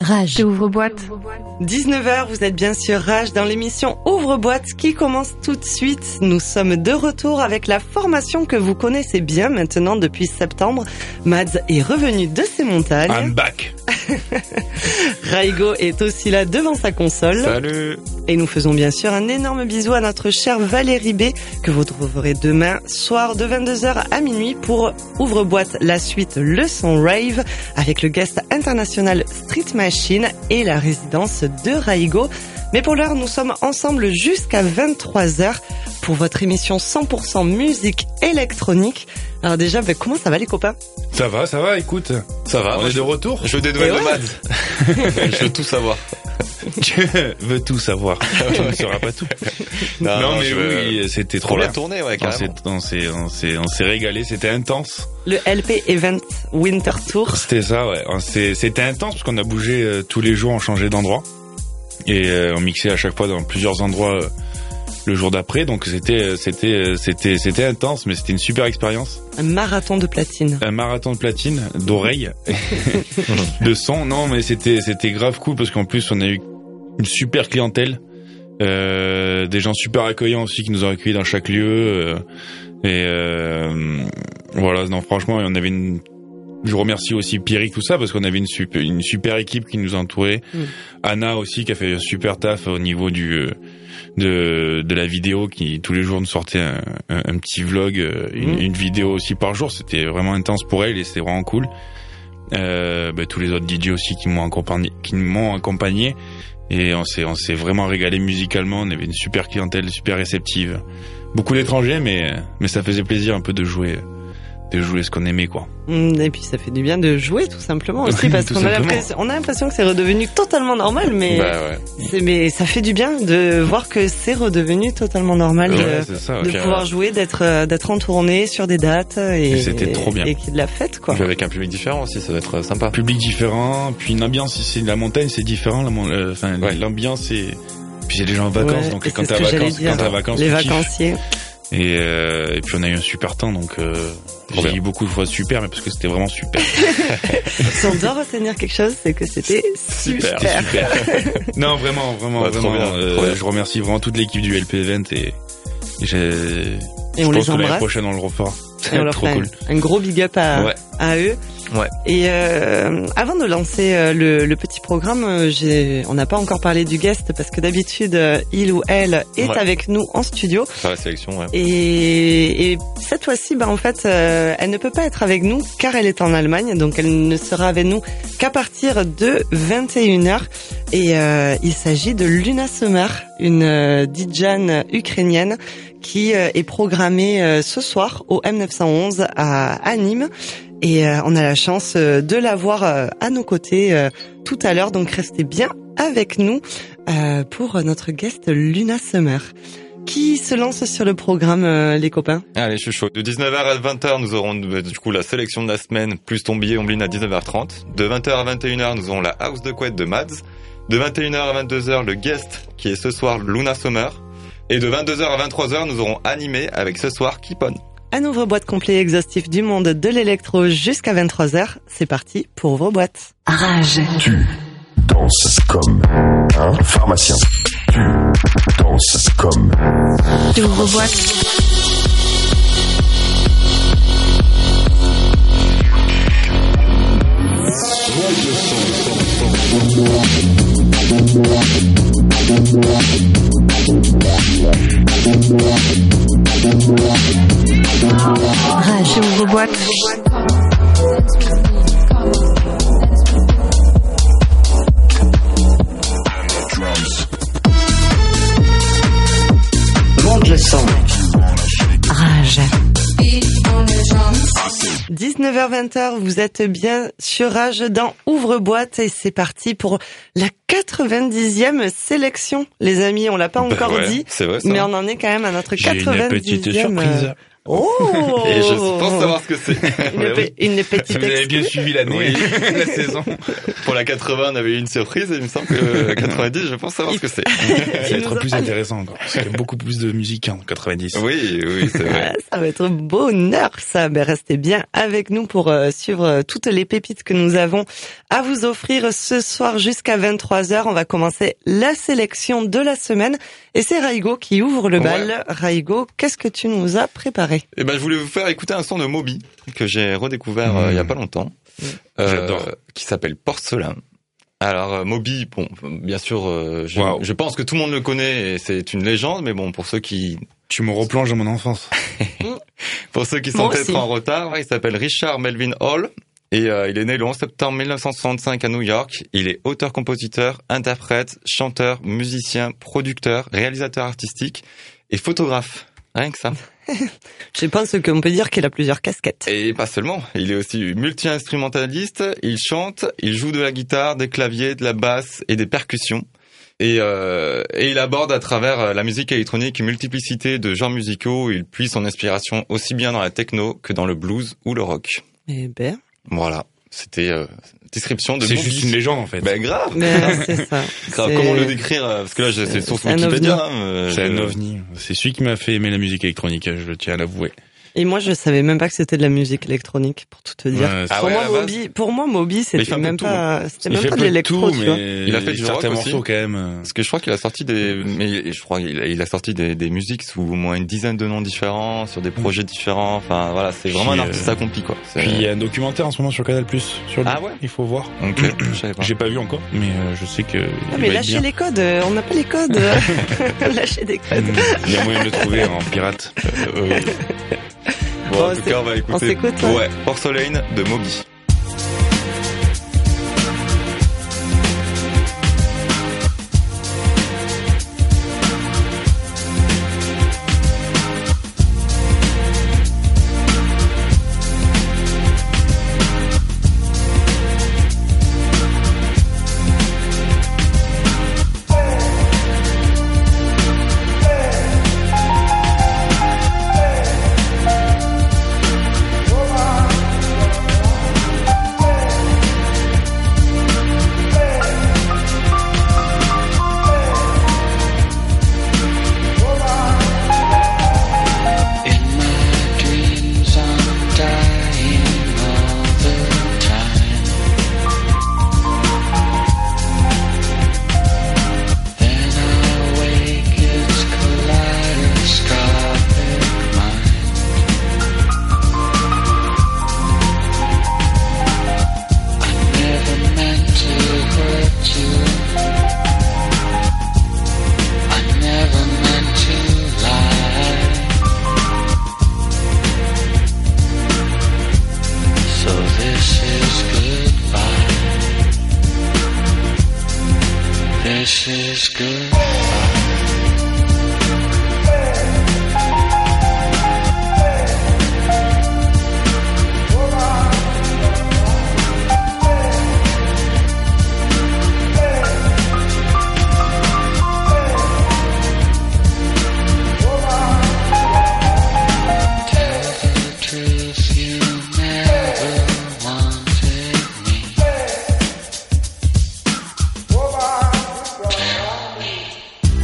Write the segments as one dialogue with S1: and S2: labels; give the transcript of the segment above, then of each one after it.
S1: Rage.
S2: Ouvre-boîte.
S3: 19h, vous êtes bien sûr Rage dans l'émission Ouvre-boîte qui commence tout de suite. Nous sommes de retour avec la formation que vous connaissez bien maintenant depuis septembre. Mads est revenu de ses montagnes.
S4: I'm back.
S3: Raigo est aussi là devant sa console.
S4: Salut.
S3: Et nous faisons bien sûr un énorme bisou à notre chère Valérie B que vous trouverez demain soir de 22h à minuit pour Ouvre-boîte la suite Le Son Rave avec le guest international Street Machine et la résidence de Raigo. Mais pour l'heure, nous sommes ensemble jusqu'à 23h pour votre émission 100% musique électronique. Alors déjà, comment ça va les copains ?
S4: Ça va, écoute.
S5: Ça va.
S4: On est de retour.
S5: Je veux des nouvelles de Mads. Je veux tout savoir.
S4: Tu veux tout savoir. Tu ne sauras pas tout. Non mais oui, c'était trop bien.
S5: On l'a tourné, ouais, carrément.
S4: On s'est régalé, c'était intense.
S3: Le LP Event Winter Tour.
S4: C'était ça, ouais. C'était intense parce qu'on a bougé tous les jours, on changeait d'endroit. Et on mixait à chaque fois dans plusieurs endroits le jour d'après. Donc c'était intense, mais c'était une super expérience.
S3: Un marathon de platine.
S4: Un marathon de platine, d'oreilles, de son. Non, mais c'était grave cool parce qu'en plus on a eu une super clientèle, des gens super accueillants aussi qui nous ont accueillis dans chaque lieu. Voilà, non franchement, on avait je remercie aussi Pierrick, tout ça, parce qu'on avait une super équipe qui nous entourait. Anna aussi, qui a fait un super taf au niveau de la vidéo, qui tous les jours nous sortait un petit vlog, une vidéo aussi par jour. C'était vraiment intense pour elle et c'était vraiment cool. Tous les autres DJ aussi qui m'ont accompagné. Et on s'est vraiment régalé musicalement. On avait une super clientèle, super réceptive. Beaucoup d'étrangers, mais ça faisait plaisir un peu de jouer ce qu'on aimait, quoi.
S3: Et puis ça fait du bien de jouer tout simplement aussi parce qu'on a l'impression que c'est redevenu totalement normal, mais mais ça fait du bien de voir que c'est redevenu totalement normal de pouvoir jouer, d'être en tournée sur des dates et
S4: c'était trop bien.
S3: Et qu'il y ait de la fête, quoi.
S5: Puis avec un public différent aussi, ça doit être sympa.
S4: Public différent, puis une ambiance, si c'est de la montagne, c'est différent, l'ambiance et puis c'est des gens en vacances, donc quand t'es en vacances,
S3: les vacanciers.
S4: Et puis on a eu un super temps, donc j'ai dit beaucoup de fois super, mais parce que c'était vraiment super.
S3: Si on doit retenir quelque chose, c'est que c'était super.
S4: Non, vraiment.
S5: Trop bien.
S4: Je remercie vraiment toute l'équipe du LP Event et
S3: on
S4: pense
S3: les
S4: que
S3: embrasse.
S4: l'année prochaine on le refera.
S3: Et on leur
S4: trop
S3: fait
S4: cool.
S3: Un gros big up à eux.
S5: Ouais.
S3: Et avant de lancer le petit programme, on n'a pas encore parlé du guest parce que d'habitude il ou elle est avec nous en studio.
S5: Faire la sélection, ouais.
S3: Et cette fois-ci, en fait, elle ne peut pas être avec nous car elle est en Allemagne, donc elle ne sera avec nous qu'à partir de 21h. Et il s'agit de Luna Summer, une DJ ukrainienne qui est programmée ce soir au M911 à Nîmes. Et on a la chance de l'avoir à nos côtés tout à l'heure. Donc restez bien avec nous pour notre guest Luna Summer. Qui se lance sur le programme, les copains ?
S5: Allez, je suis chaud. De 19h à 20h, nous aurons du coup la sélection de la semaine, plus ton billet Omblin à 19h30. De 20h à 21h, nous aurons la House de Couette de Mads. De 21h à 22h, le guest qui est ce soir Luna Summer. Et de 22h à 23h, nous aurons Animé avec ce soir Keep On.
S3: Un ouvre-boîte complet exhaustif du monde de l'électro jusqu'à 23h. C'est parti pour Ouvre-boîte.
S1: Rage.
S6: Tu danses comme un pharmacien. Tu danses comme
S2: Ouvre-boîte.
S1: Rage.
S2: Ouvre-boîte.
S3: Monte le son.
S1: Rage.
S3: 19h-20h, vous êtes bien sur Rage dans Ouvre-boîte et c'est parti pour la 90e sélection. Les amis, on l'a pas encore dit,
S5: c'est vrai, ça.
S3: mais on en est quand même à notre
S4: J'ai
S3: 90e.
S4: une petite surprise.
S3: Oh.
S5: Et je pense savoir ce que c'est.
S3: Une petite
S4: Vous avez bien
S3: exclue.
S4: suivi l'année, la saison.
S5: Pour la 80, on avait eu une surprise et il me semble que la 90, je pense savoir ce que c'est.
S4: Ça va être
S3: nous a
S4: plus
S3: pas-
S4: intéressant encore. Parce qu'il y a beaucoup plus de musique en 90.
S5: Oui, c'est vrai.
S3: Ah, ça va être bonheur, ça. Ben, restez bien avec nous pour suivre toutes les pépites que nous avons à vous offrir ce soir jusqu'à 23h. On va commencer la sélection de la semaine. Et c'est Raigo qui ouvre le bal.
S5: Ouais.
S3: Raigo, qu'est-ce que tu nous as préparé?
S5: Et ben, je voulais vous faire écouter un son de Moby que j'ai redécouvert il y a pas longtemps.
S4: J'adore.
S5: Qui s'appelle Porcelain. Alors Moby, bon, bien sûr,
S4: Wow.
S5: je pense que tout le monde le connaît et c'est une légende, mais bon, pour ceux qui
S4: Tu me replonges dans mon enfance.
S5: sont
S3: Moi
S5: peut-être
S3: aussi.
S5: en retard, il s'appelle Richard Melvin Hall et il est né le 11 septembre 1965 à New York. Il est auteur-compositeur, interprète, chanteur, musicien, producteur, réalisateur artistique et photographe. Rien que ça.
S3: Je pense qu'on peut dire qu'il a plusieurs casquettes.
S5: Et pas seulement, il est aussi multi-instrumentaliste, il chante, il joue de la guitare, des claviers, de la basse et des percussions. Et il aborde à travers la musique électronique une multiplicité de genres musicaux où il puise son inspiration aussi bien dans la techno que dans le blues ou le rock.
S3: Eh ben,
S5: Voilà, c'était description de
S4: C'est
S5: Moby.
S4: juste une légende en fait.
S5: Ben grave.
S3: c'est ça.
S5: Grave.
S3: C'est-
S5: Comment le décrire Parce que là, c'est source
S3: c'est un
S5: Wikipédia.
S4: C'est un ovni. C'est celui qui m'a fait aimer la musique électronique, je le tiens à l'avouer.
S3: Et moi, je savais même pas que c'était de la musique électronique, pour tout te dire.
S4: Ouais,
S5: Ah
S3: Pour,
S5: ouais,
S3: moi,
S5: à la base.
S3: Moby,
S5: Mais il
S3: c'était
S5: fait un peu
S3: même
S5: de tout,
S3: pas, c'était
S4: il
S3: même
S4: fait
S3: pas de
S4: peu
S3: l'électro,
S4: tout,
S3: tu vois.
S4: mais
S5: Il a fait du
S4: certains
S5: rock aussi.
S4: morceaux quand même.
S5: Parce que je crois qu'il a sorti mais je crois qu'il a sorti des musiques sous au moins une dizaine de noms différents, sur des projets différents. Enfin, voilà, c'est vraiment un
S4: Puis,
S5: artiste accompli, quoi. C'est-
S4: Puis il y a un documentaire en ce moment sur Canal+ sur lui.
S5: Ah ouais.
S4: Il faut voir.
S5: Ok, je savais pas.
S4: J'ai pas vu encore, mais je sais que.
S3: Ah,
S4: il
S3: mais
S4: va être
S3: lâchez
S4: bien.
S3: les codes, on n'a pas les codes. Lâchez des codes.
S4: Il y a moyen de le trouver en pirate.
S5: Bon,
S3: Bon,
S5: en tout cas, on va écouter.
S3: s'écoute, ouais.
S5: Ouais, Porcelain de Moby.
S7: In my dreams I'm dying all the time. Then I wake, it's kaleidoscopic mind. I never meant to hurt you. I never meant to lie. So this is goodbye. This is goodbye. Tell the truth, you never wanted me. Tell me.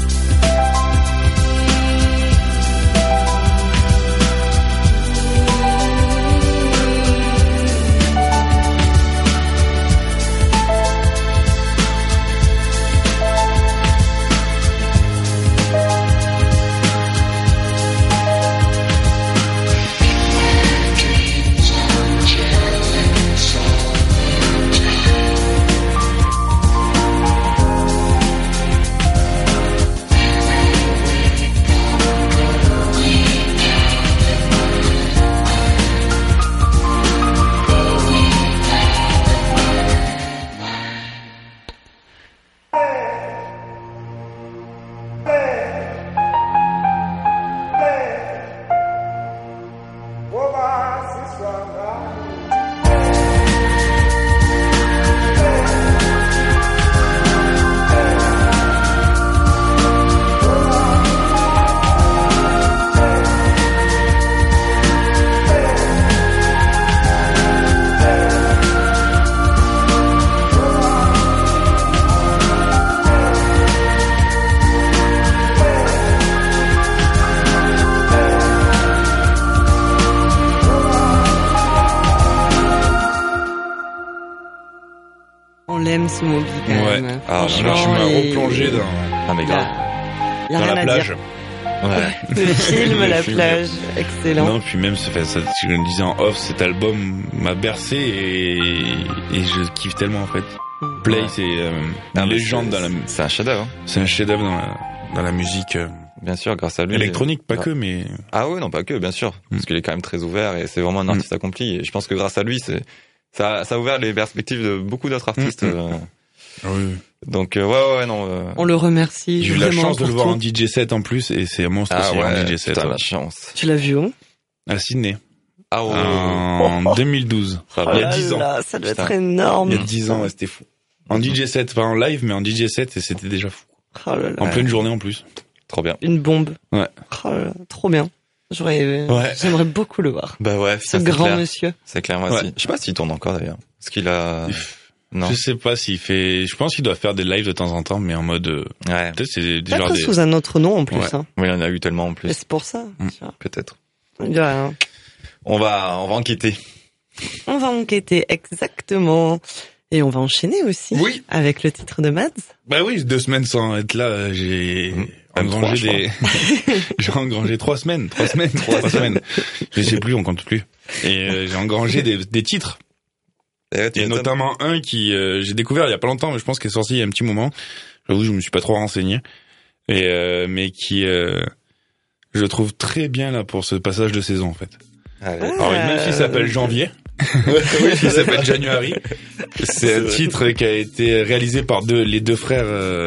S3: j'aime ce Moby quand
S4: Ouais.
S3: même.
S5: Ah,
S4: Je m'as replongé dans
S5: Ah, mais grave.
S3: Il y a
S4: la
S3: rien à
S4: plage.
S3: dire.
S5: Ouais.
S3: Le film,
S5: Le
S3: la
S5: film.
S3: plage, excellent.
S4: Non, puis même, je le disais en off, cet album m'a bercé et je kiffe tellement en fait. Play,
S5: Ouais.
S4: c'est
S5: Non,
S4: une
S5: mais
S4: légende dans la,
S5: C'est un chef-d'œuvre. Hein.
S4: c'est un chef-d'œuvre dans la musique
S5: Bien sûr, grâce à lui.
S4: électronique, pas
S5: Ah.
S4: que, mais
S5: Ah oui, non, pas que, bien sûr. Parce qu'il est quand même très ouvert et c'est vraiment un artiste accompli. Et je pense que grâce à lui, ça a ouvert les perspectives de beaucoup d'autres artistes.
S4: oui.
S5: Donc, ouais, non.
S3: On le remercie.
S4: J'ai eu la
S3: vraiment
S4: chance de le
S3: pour
S4: voir
S3: tout.
S4: en DJ set en plus et c'est un monstre
S5: Ah
S4: aussi en
S5: ouais,
S4: DJ set.
S5: putain,
S4: ouais.
S5: la chance.
S3: Tu l'as vu où?
S4: À Sydney.
S5: Ah ouais.
S4: En 2012.
S5: Ça
S4: Il y
S5: va.
S4: a 10 ans.
S3: Là, ça doit
S5: Putain.
S3: être énorme.
S4: Il y a 10 ans, ouais, c'était fou. En DJ set, pas en live, mais en DJ set et c'était déjà fou.
S3: Oh là là.
S4: En pleine journée en plus.
S5: Trop bien.
S3: Une bombe.
S4: Ouais.
S3: Oh là là, trop bien.
S5: Ouais.
S3: J'aimerais beaucoup le voir.
S5: Bah ouais,
S3: Ce
S5: ça, c'est
S3: grand
S5: clair.
S3: monsieur.
S5: C'est clair, moi
S4: Ouais.
S5: aussi. Je sais pas s'il tourne encore d'ailleurs. Parce qu'il a... Non.
S4: Je sais pas s'il fait, je pense qu'il doit faire des lives de temps en temps, mais en mode,
S5: Ouais.
S4: peut-être c'est des genre
S3: Peut-être
S4: des,
S3: sous un autre nom en plus.
S4: Ouais.
S3: Hein.
S5: Oui, il en a eu tellement en
S3: Et
S5: plus.
S3: c'est pour ça. Tiens.
S5: Peut-être.
S3: Ouais, hein.
S5: On va enquêter.
S3: On va enquêter exactement. Et on va enchaîner aussi.
S4: Oui.
S3: Avec le titre de Mads.
S4: Bah oui, 2 semaines sans être là, j'ai
S5: Même
S4: engrangé
S5: 3,
S4: des, j'ai engrangé 3 semaines. Je sais plus, on compte plus. Et j'ai engrangé des titres. Et notamment un qui, j'ai découvert il y a pas longtemps, mais je pense qu'il est sorti il y a un petit moment. J'avoue, je me suis pas trop renseigné. Et, mais qui, je le trouve très bien là pour ce passage de saison, en fait.
S5: Allez.
S4: Alors, même s'il s'appelle Janvier. Oui, il s'appelle January. C'est un titre qui a été réalisé par les deux frères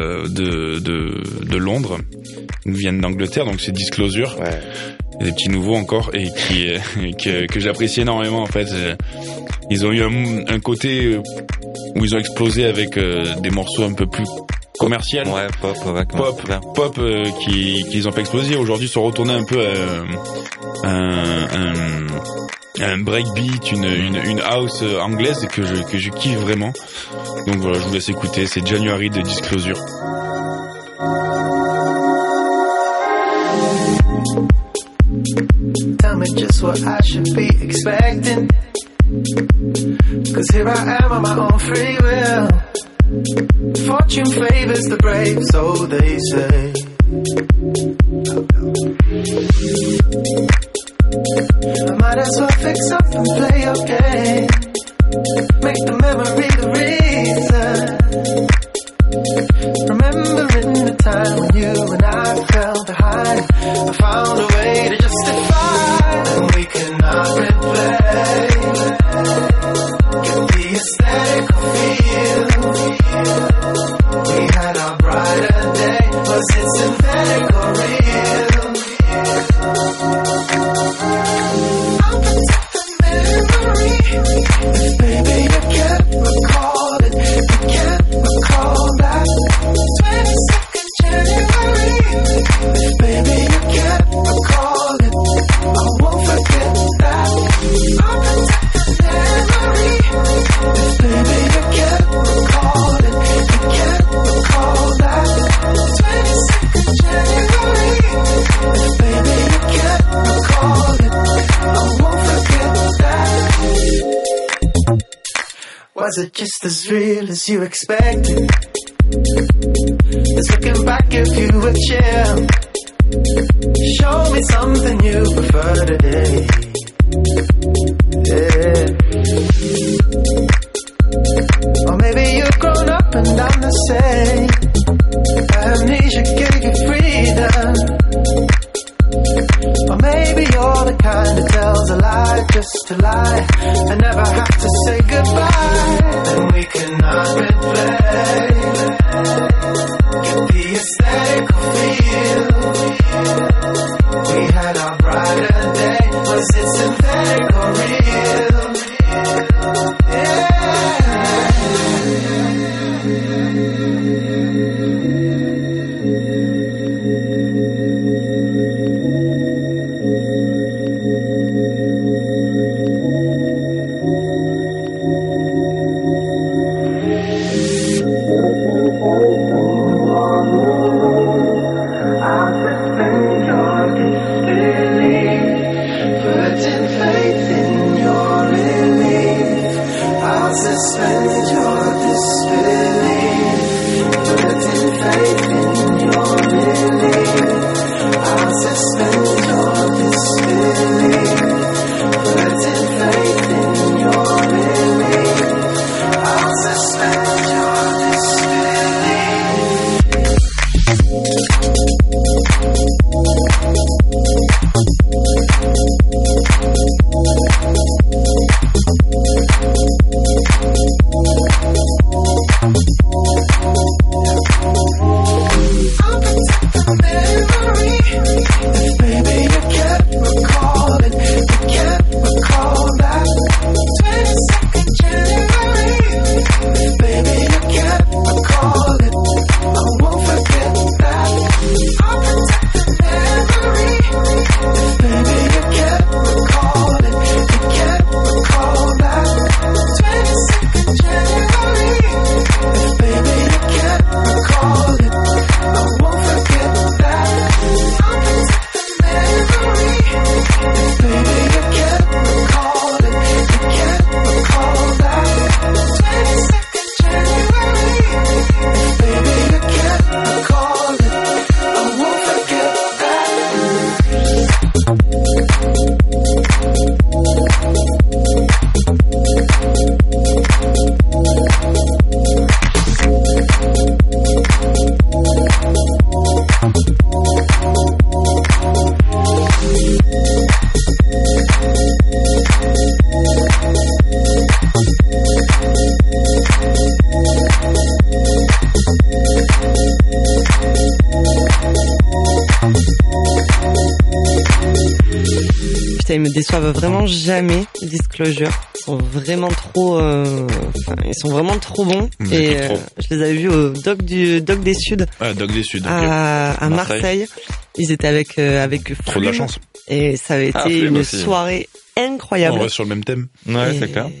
S4: de Londres. Ils viennent d'Angleterre, donc c'est Disclosure.
S5: Ouais.
S4: Il y a des petits nouveaux encore et que j'apprécie énormément en fait. Ils ont eu un côté où ils ont explosé avec des morceaux un peu plus commerciaux.
S5: Ouais, pop, ouais,
S4: Pop qu'ils ont fait exploser. Aujourd'hui, ils sont retournés un peu à un breakbeat, une house anglaise que je kiffe vraiment. Donc voilà, je vous laisse écouter. C'est January de Disclosure.
S8: Tell me just what I should be expecting. 'Cause here I am on my own free will. Fortune favors the brave, so they say. I might as well fix up and play your game. Make the memory the reason. Remembering the time when you and I fell behind. I found a way to justify, and we cannot replay. Get the aesthetic feel. We had our brighter day. Was it synthetic or real? I'll protect the memory. If baby you can't recall it, you can't recall that 22nd January. If baby you can't recall it, I won't forget that. I'll protect the memory. If baby you can't recall it, you can't recall that 22nd January. If baby you can't recall it, I won't forget that. Was it just as real as you expected? It's looking back if you were chill. Show me something you prefer today. Yeah. Or maybe you've grown up and I'm the same. Amnesia gave you freedom. Or maybe you're the kind that tells a lie just to lie and never have to say goodbye. And we cannot replay. Get the aesthetic feel. We had our brighter day. Was it synthetic or real? Yeah. Putting faith in your relief, I'll suspend your disbelief.
S3: ils me déçoivent vraiment jamais. Disclosure, ils sont vraiment trop bons. Et je les avais vus au Doc des Suds.
S4: Ah, Doc des Suds.
S3: À Marseille. Ils étaient avec
S4: Trop de la chance.
S3: Et ça avait été une
S5: aussi.
S3: Soirée incroyable.
S4: On reste sur le même thème.
S5: Ouais, c'est clair.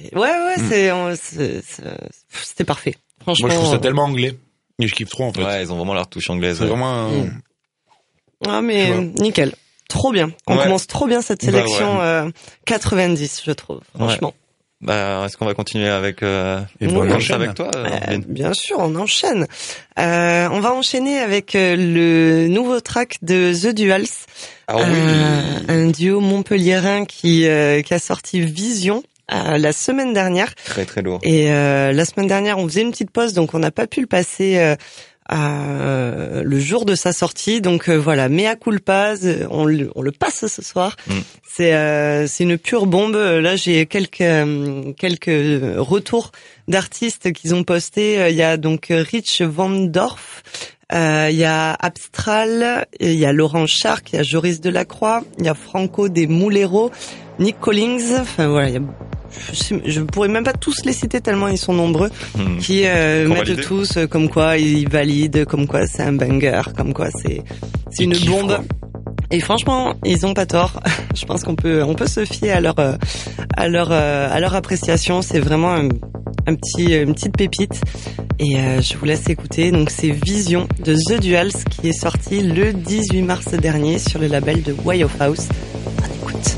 S3: C'était parfait. Franchement.
S4: Moi, je trouve ça tellement anglais. Et je kiffe trop, en fait.
S5: Ouais, ils ont vraiment leur touche anglaise.
S4: C'est vraiment
S3: Ah, mais nickel. Trop bien. On commence trop bien cette sélection 90, je trouve. Franchement.
S5: Bah, est-ce qu'on va continuer avec
S4: on enchaîne
S5: avec toi Lynn
S3: Bien sûr, on enchaîne. On va enchaîner avec le nouveau track de The Duals.
S5: Ah oui.
S3: Un duo montpelliérain qui a sorti Vision la semaine dernière.
S5: Très très lourd.
S3: Et la semaine dernière, on faisait une petite pause, donc on n'a pas pu le passer le jour de sa sortie. Donc voilà, mea culpa, on le passe ce soir. C'est une pure bombe. Là, j'ai quelques retours d'artistes qu'ils ont postés. Il y a donc Rich Van Dorf, il y a Abstral, il y a Laurent Charc, il y a Joris Delacroix, il y a Franco des Mouleros, Nick Collins. Enfin voilà, il y a je pourrais même pas tous les citer tellement ils sont nombreux qui mettent tous comme quoi ils valident, comme quoi c'est un banger, comme quoi c'est une bombe. Quoi. Et franchement, ils ont pas tort. Je pense qu'on peut se fier à leur appréciation. C'est vraiment une petite pépite. Et je vous laisse écouter. Donc c'est Vision de The Duals qui est sorti le 18 mars dernier sur le label de Way of House. On écoute.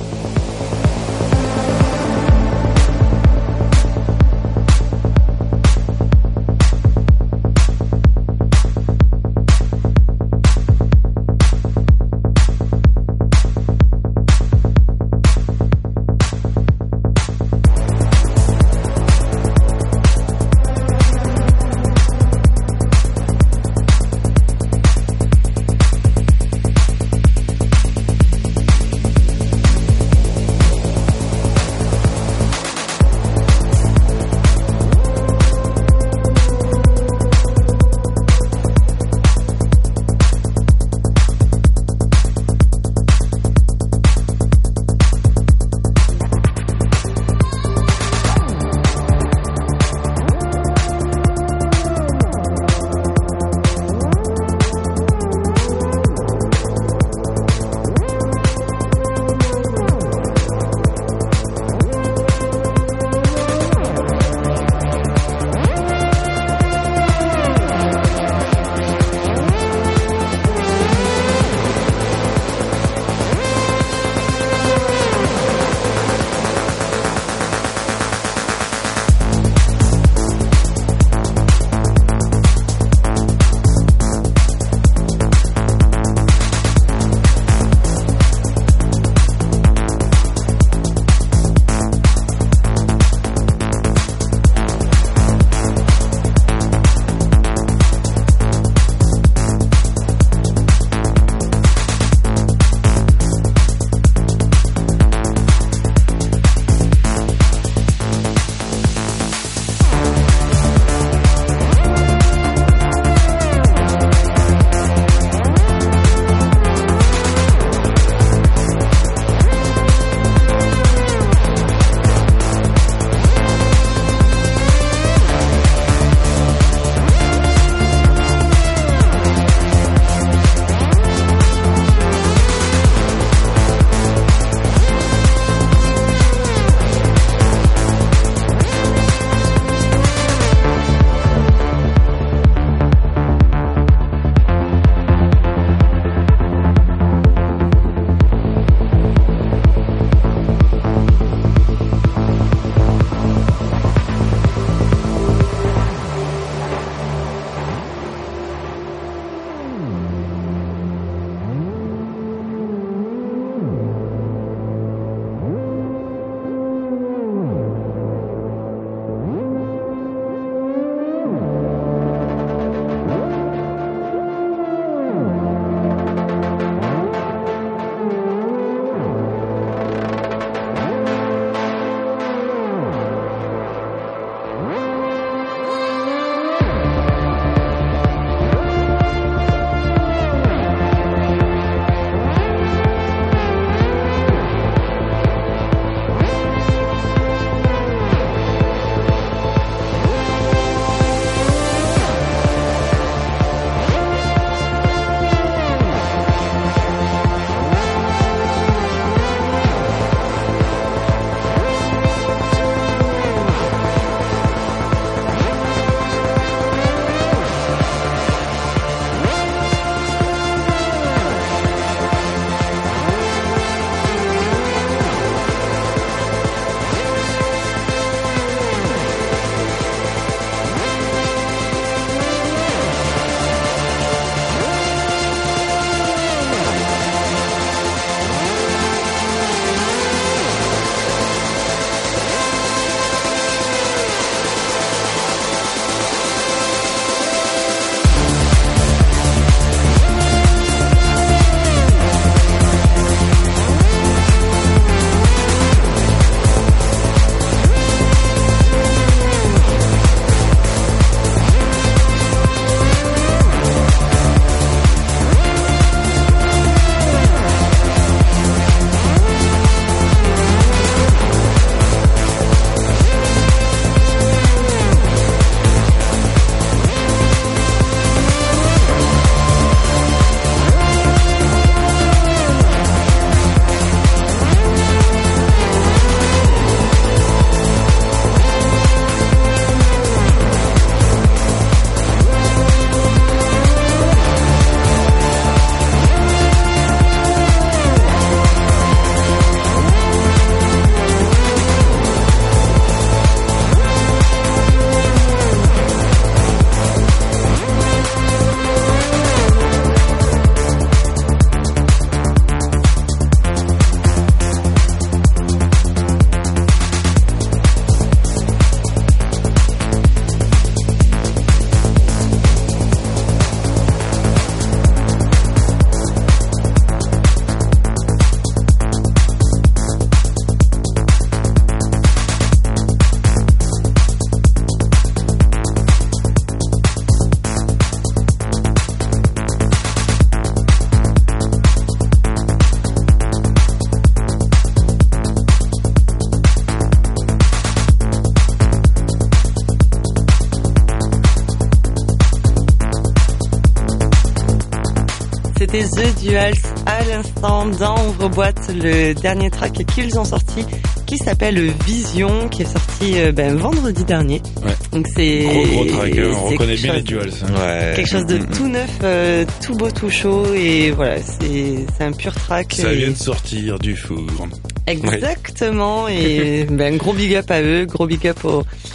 S3: C'était The Duals à l'instant dans Ouvre-boîte, le dernier track qu'ils ont sorti qui s'appelle Vision, qui est sorti vendredi dernier.
S4: Ouais.
S3: Donc c'est
S4: gros track, on
S3: c'est
S4: reconnaît
S3: quelque
S4: bien les
S3: chose-
S4: duals.
S5: Ouais.
S3: Quelque chose de tout neuf, tout beau, tout chaud, et voilà, c'est un pur track.
S4: Ça
S3: et-
S4: vient de sortir du four.
S3: Exactement, et gros big up à eux, gros big up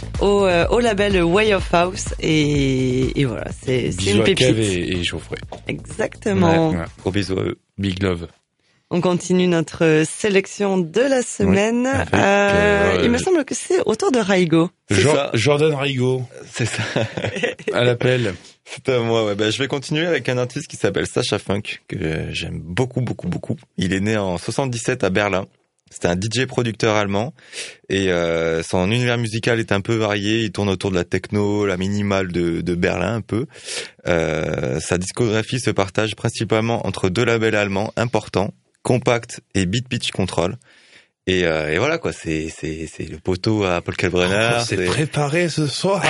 S3: au label Way of House, et voilà, c'est une
S4: Bisous à
S3: pépite.
S4: Kev et Geoffrey.
S3: Exactement.
S4: Ouais.
S5: Gros bisous à eux.
S4: Big love.
S3: On continue notre sélection de la semaine.
S4: avec,
S3: Il me semble que c'est autour de Raigo.
S5: C'est ça.
S4: Jordan Raigo
S5: C'est ça.
S4: à l'appel.
S5: C'est à moi, ouais. Bah, je vais continuer avec un artiste qui s'appelle Sacha Funk, que j'aime beaucoup, beaucoup, beaucoup. Il est né en 77 à Berlin. C'était un DJ producteur allemand et son univers musical est un peu varié. Il tourne autour de la techno, la minimale de Berlin un peu. Sa discographie se partage principalement entre deux labels allemands importants, Compact et Beat Pitch Control. Et voilà quoi, c'est le poteau à Paul Kalkbrenner.
S4: C'est préparé ce soir.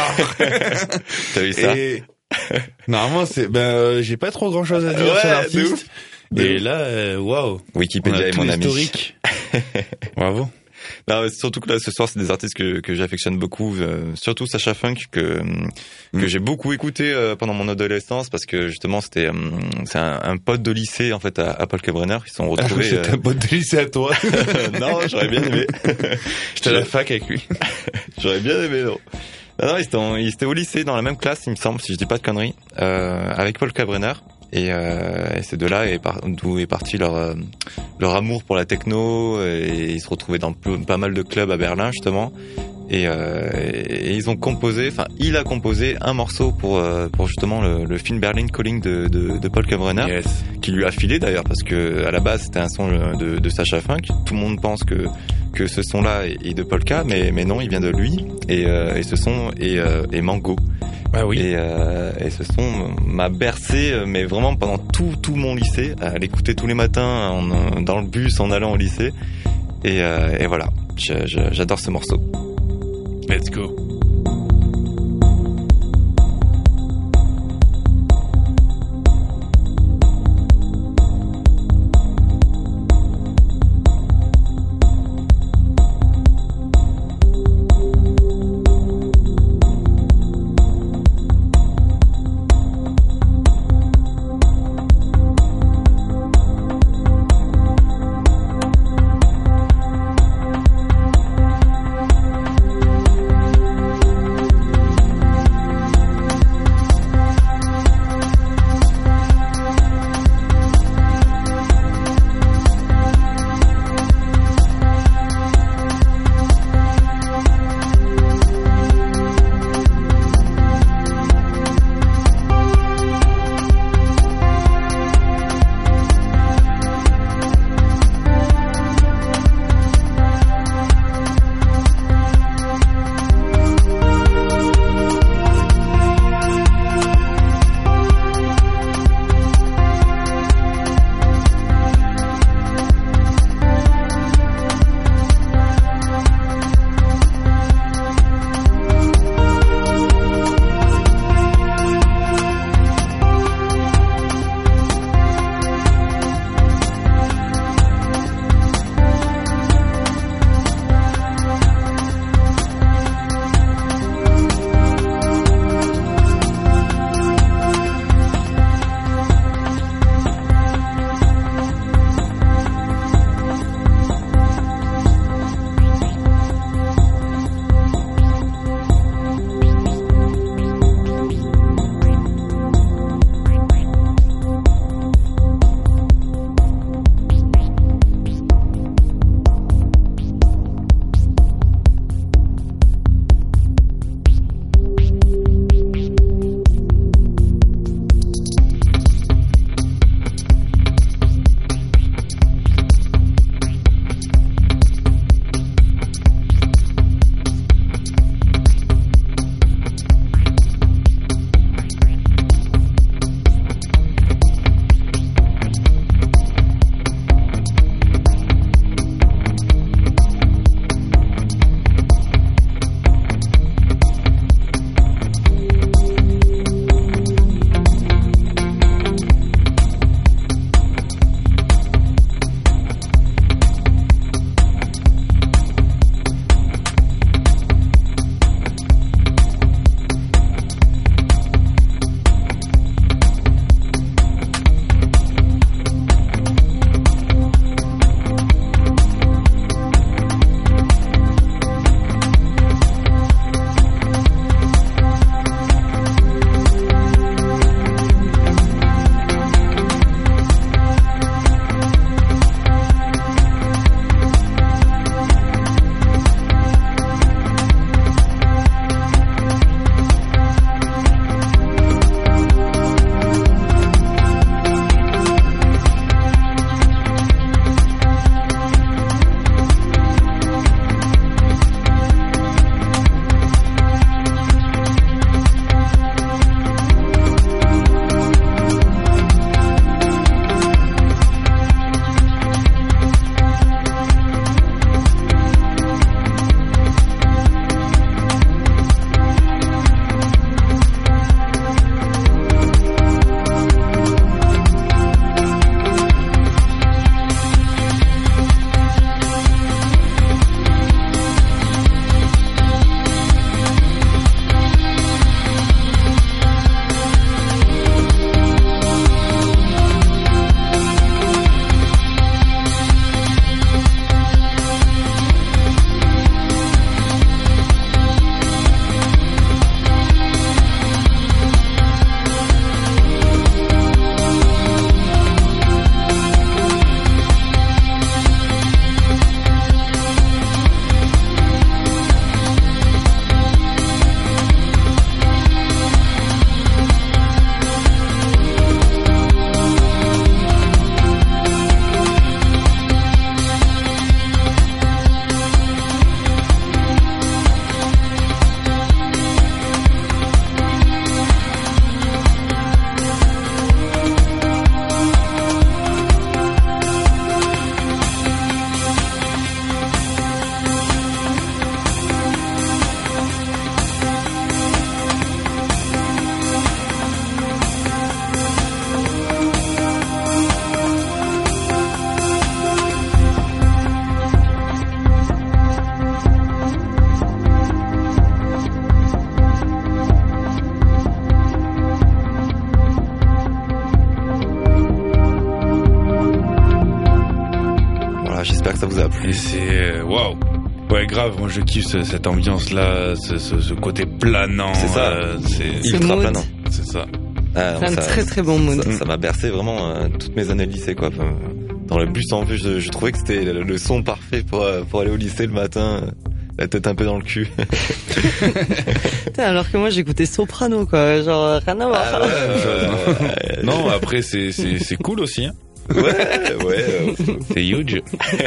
S5: T'as vu ça?
S4: Et normalement, j'ai pas trop grand chose à dire
S5: Ouais,
S4: sur
S5: de
S4: l'artiste.
S5: ouf. De
S4: Et
S5: ouf.
S4: là, waouh. On
S5: Wikipédia
S4: a
S5: est
S4: tout
S5: mon ami.
S4: l'historique. Bravo.
S5: Non, mais surtout que là, ce soir, c'est des artistes que j'affectionne beaucoup, surtout Sacha Funk que j'ai beaucoup écouté pendant mon adolescence parce que justement, c'est un pote de lycée en fait à Paul Kalkbrenner. Ils se sont retrouvés.
S4: C'est un pote de lycée à toi.
S5: Non, j'aurais bien aimé.
S4: J'étais à la fac avec lui.
S5: J'aurais bien aimé. Non, ils étaient au lycée dans la même classe, il me semble, si je dis pas de conneries, avec Paul Kalkbrenner. Et c'est de là d'où est parti leur amour pour la techno, et ils se retrouvaient dans pas mal de clubs à Berlin justement, et ils ont composé, enfin il a composé un morceau pour justement le film Berlin Calling de Paul Kalkbrenner,
S4: Yes.
S5: qui lui a filé d'ailleurs parce que à la base c'était un son de Sacha Funk. Tout le monde pense que ce son là est de Polka, mais non, il vient de lui, et ce son est Mango.
S4: Ah oui.
S5: Et ce son m'a bercé, mais vraiment pendant tout mon lycée, à l'écouter tous les matins dans le bus en allant au lycée. Et voilà, j'adore ce morceau.
S4: Let's go.
S5: Voilà, j'espère que ça vous a plu.
S4: Et c'est waouh. Ouais, grave, moi je kiffe cette ambiance-là, ce côté planant.
S5: C'est ça.
S4: C'est
S5: Ultra
S3: mood.
S5: planant.
S4: C'est ça.
S5: Ah,
S3: C'est un très très bon mood.
S5: Ça m'a bercé vraiment toutes mes années de lycée, quoi. Enfin, dans le bus en vue, je trouvais que c'était le son parfait pour aller au lycée le matin, la tête un peu dans le cul.
S3: Putain, alors que moi j'écoutais Soprano, quoi, genre rien à voir.
S5: Ah ouais,
S4: Non, après c'est cool aussi. Hein.
S5: ouais.
S4: C'est huge.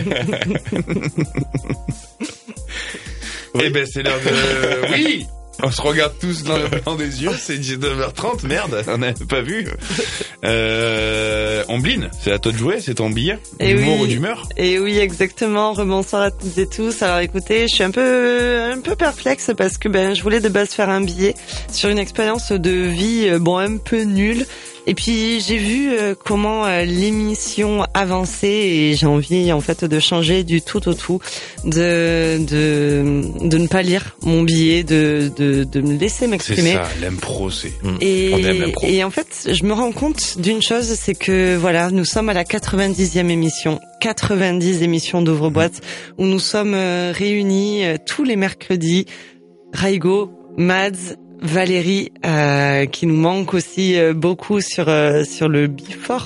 S4: Eh ben c'est l'heure de... Oui. On se regarde tous dans le blanc des yeux, c'est 19h30, merde, on n'avait pas vu. Ombline, c'est à toi de jouer, c'est ton billet d'humour ou d'humeur.
S3: Et oui, exactement. Rebonsoir à toutes et tous. Alors écoutez, je suis un peu perplexe parce que je voulais de base faire un billet sur une expérience de vie un peu nulle. Et puis j'ai vu comment l'émission avançait et j'ai envie en fait de changer du tout au tout, de ne pas lire mon billet, de me laisser m'exprimer.
S4: C'est ça, l'impro, c'est.
S5: On aime l'impro.
S3: Et en fait, je me rends compte d'une chose, c'est que voilà, nous sommes à la 90e émission, 90 émissions d'Ouvre-Boîte où nous sommes réunis tous les mercredis. Raigo, Mads, Valérie, qui nous manque aussi beaucoup sur le before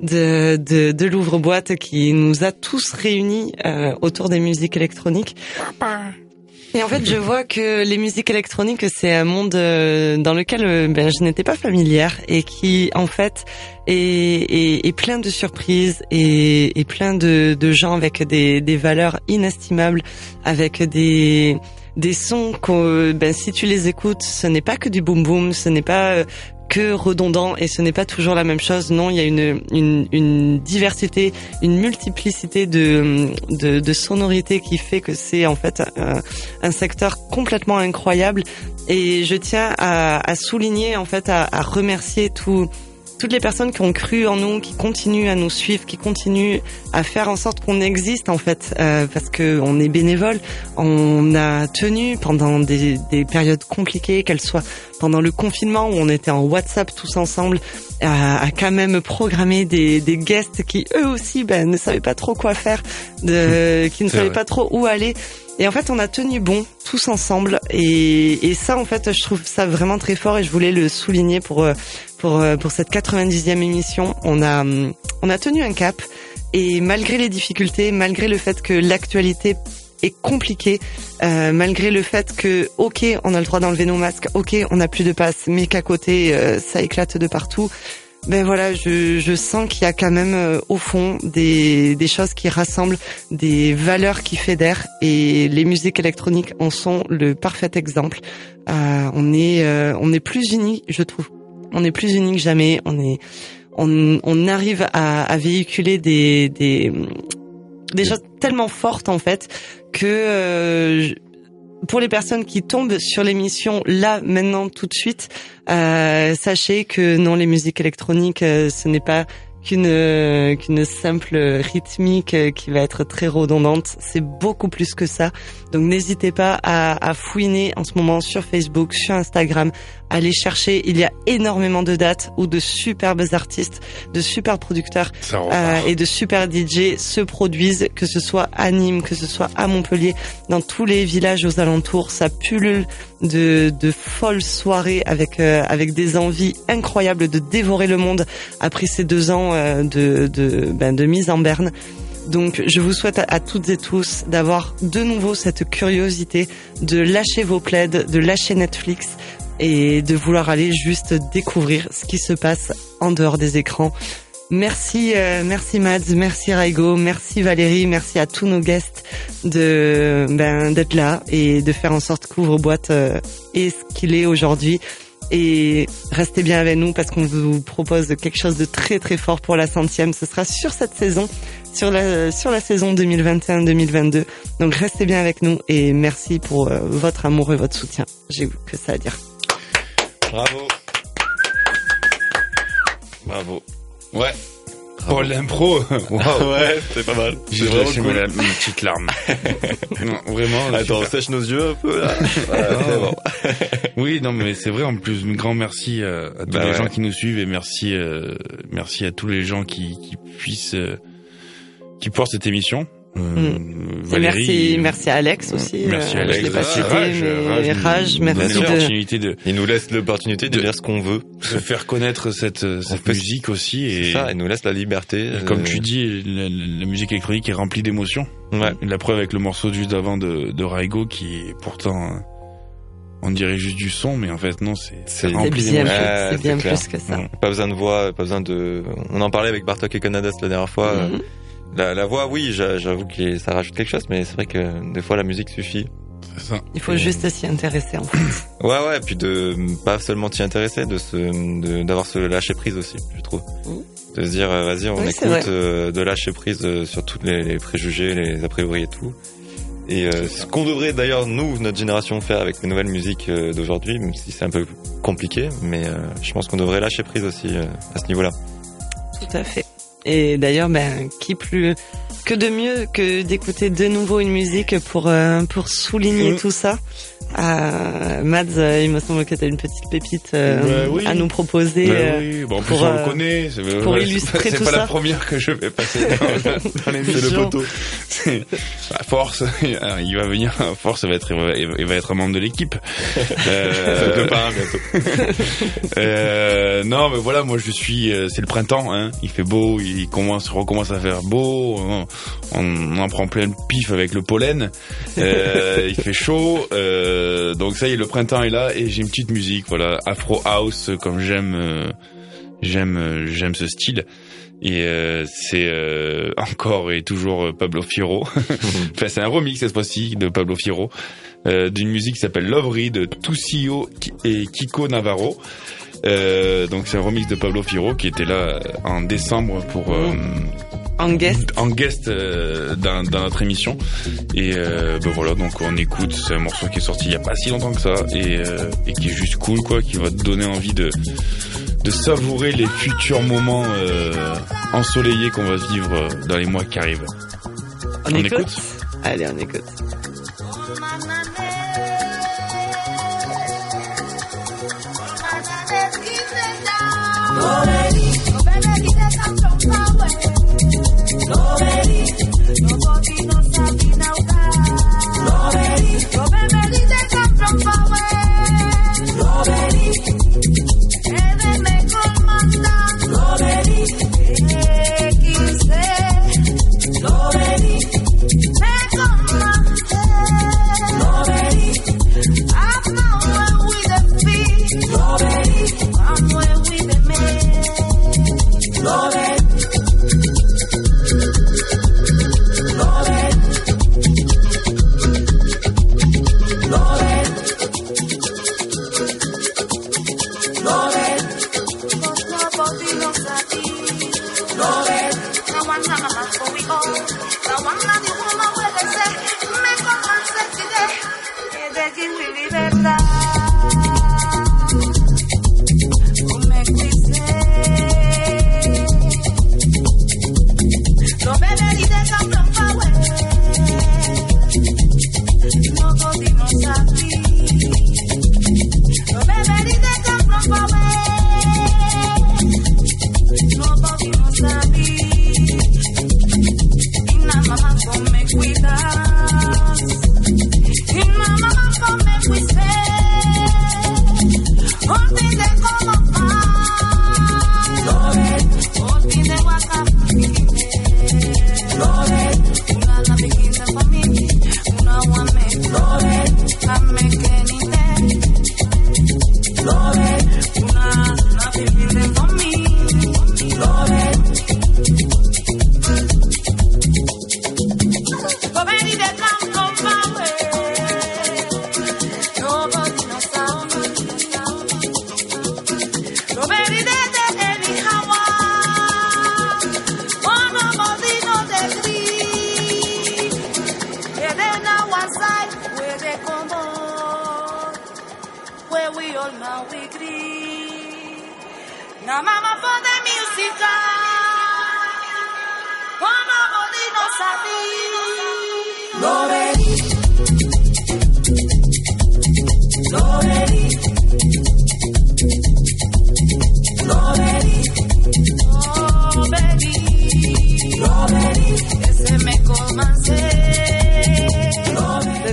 S3: de l'ouvre-boîte, qui nous a tous réunis autour des musiques électroniques. Et en fait, je vois que les musiques électroniques, c'est un monde dans lequel je n'étais pas familière et qui, en fait, est plein de surprises et plein de gens avec des valeurs inestimables, avec des sons que si tu les écoutes, ce n'est pas que du boom boom, ce n'est pas que redondant et ce n'est pas toujours la même chose. Non, il y a une diversité, une multiplicité de sonorités qui fait que c'est en fait un secteur complètement incroyable. Et je tiens à souligner, en fait, à remercier toutes les personnes qui ont cru en nous, qui continuent à nous suivre, qui continuent à faire en sorte qu'on existe, en fait, parce que on est bénévole. On a tenu pendant des périodes compliquées, qu'elles soient pendant le confinement où on était en WhatsApp tous ensemble, à quand même programmer des guests qui eux aussi ne savaient pas trop quoi faire, qui ne savaient pas trop où aller. Et en fait, on a tenu bon tous ensemble, et ça, en fait, je trouve ça vraiment très fort, et je voulais le souligner pour cette 90e émission. On a tenu un cap, et malgré les difficultés, malgré le fait que l'actualité est compliquée, malgré le fait que ok, on a le droit d'enlever nos masques, ok, on n'a plus de passe, mais qu'à côté ça éclate de partout. Voilà, je sens qu'il y a quand même au fond des choses qui rassemblent, des valeurs qui fédèrent, et les musiques électroniques en sont le parfait exemple. On est plus unis, je trouve. On est plus unis que jamais. On arrive à véhiculer des choses tellement fortes, en fait, que pour les personnes qui tombent sur l'émission là, maintenant, tout de suite, sachez que non, les musiques électroniques, ce n'est pas qu'une simple rythmique qui va être très redondante. C'est beaucoup plus que ça. Donc n'hésitez pas à fouiner en ce moment sur Facebook, sur Instagram, aller chercher. Il y a énormément de dates où de superbes artistes, de super producteurs et de super DJ se produisent, que ce soit à Nîmes, que ce soit à Montpellier, dans tous les villages aux alentours. Ça pullule de folles soirées avec des envies incroyables de dévorer le monde après ces 2 ans de mise en berne. Donc je vous souhaite à toutes et tous d'avoir de nouveau cette curiosité, de lâcher vos plaids, de lâcher Netflix et de vouloir aller juste découvrir ce qui se passe en dehors des écrans. Merci Mads, merci Raigo, merci Valérie, merci à tous nos guests d'être là et de faire en sorte qu'Ouvre-Boîte est ce qu'il est aujourd'hui. Et restez bien avec nous parce qu'on vous propose quelque chose de très très fort pour la 100e. Ce sera sur cette saison, sur la saison 2021-2022. Donc restez bien avec nous et merci pour votre amour et votre soutien. J'ai que ça à dire.
S5: Bravo. Bravo.
S4: Ouais. Pour l'impro, wow.
S5: Ouais, c'est pas mal.
S4: J'ai lâché une petite larme. Non, vraiment.
S5: Attends, on sèche nos yeux un peu là. C'est bon.
S4: Oui, non, mais c'est vrai. En plus, un grand merci à tous les gens qui nous suivent et merci à tous les gens qui portent cette émission. Valérie.
S3: Merci à Alex aussi.
S4: Merci à Alex.
S3: Je l'ai pas cité, mais Raj,
S4: merci
S3: merci
S5: Il nous laisse l'opportunité de dire ce qu'on veut.
S4: De faire connaître cette musique aussi. Et
S5: ça, il nous laisse la liberté.
S4: Comme tu dis, la musique électronique est remplie d'émotions.
S5: Ouais.
S4: La preuve avec le morceau juste avant de Raigo qui est pourtant, on dirait juste du son, mais en fait non, c'est rempli d'émotions.
S3: C'est bien plus que ça.
S5: Pas besoin de voix, pas besoin de... On en parlait avec Bartok et Canadas la dernière fois. La voix, oui, j'avoue que ça rajoute quelque chose, mais c'est vrai que des fois la musique suffit.
S4: C'est ça.
S3: Il faut juste s'y intéresser en fait.
S5: Ouais, et puis de pas seulement t'y intéresser, d'avoir ce lâcher prise aussi, je trouve. De se dire, vas-y, on écoute, de lâcher prise sur toutes les préjugés, les a priori et tout. Et ce qu'on devrait d'ailleurs, nous, notre génération, faire avec les nouvelles musiques d'aujourd'hui, même si c'est un peu compliqué, mais je pense qu'on devrait lâcher prise aussi à ce niveau-là.
S3: Tout à fait. Et d'ailleurs, qui plus que de mieux que d'écouter de nouveau une musique pour souligner tout ça. Mads, il me semble que tu as une petite pépite à nous proposer.
S4: Oui. Bon, en plus on le connaît.
S3: Pour illustrer tout ça.
S4: C'est pas la première que je vais passer dans l'émission.
S5: C'est le poteau.
S4: À force, il va venir. À force, il va être un membre de l'équipe.
S5: Ça te parle bientôt.
S4: Non, mais voilà, moi je suis. C'est le printemps. Hein. Il fait beau. Il recommence à faire beau. On en prend plein le pif avec le pollen. Il fait chaud. Donc ça y est, le printemps est là et j'ai une petite musique, voilà, Afro House, comme j'aime ce style. Et c'est encore et toujours Pablo Fierro. Enfin, c'est un remix cette fois-ci de Pablo Fierro d'une musique qui s'appelle Lovery de Tucio et Kiko Navarro. Donc c'est un remix de Pablo Fierro qui était là en décembre pour
S3: en
S4: guest dans notre émission. Et voilà, donc on écoute, c'est un morceau qui est sorti il y a pas si longtemps que ça et qui est juste cool, quoi, qui va te donner envie de savourer les futurs moments ensoleillés qu'on va vivre dans les mois qui arrivent.
S3: On écoute. Allez, on écoute.
S8: Ese me comanse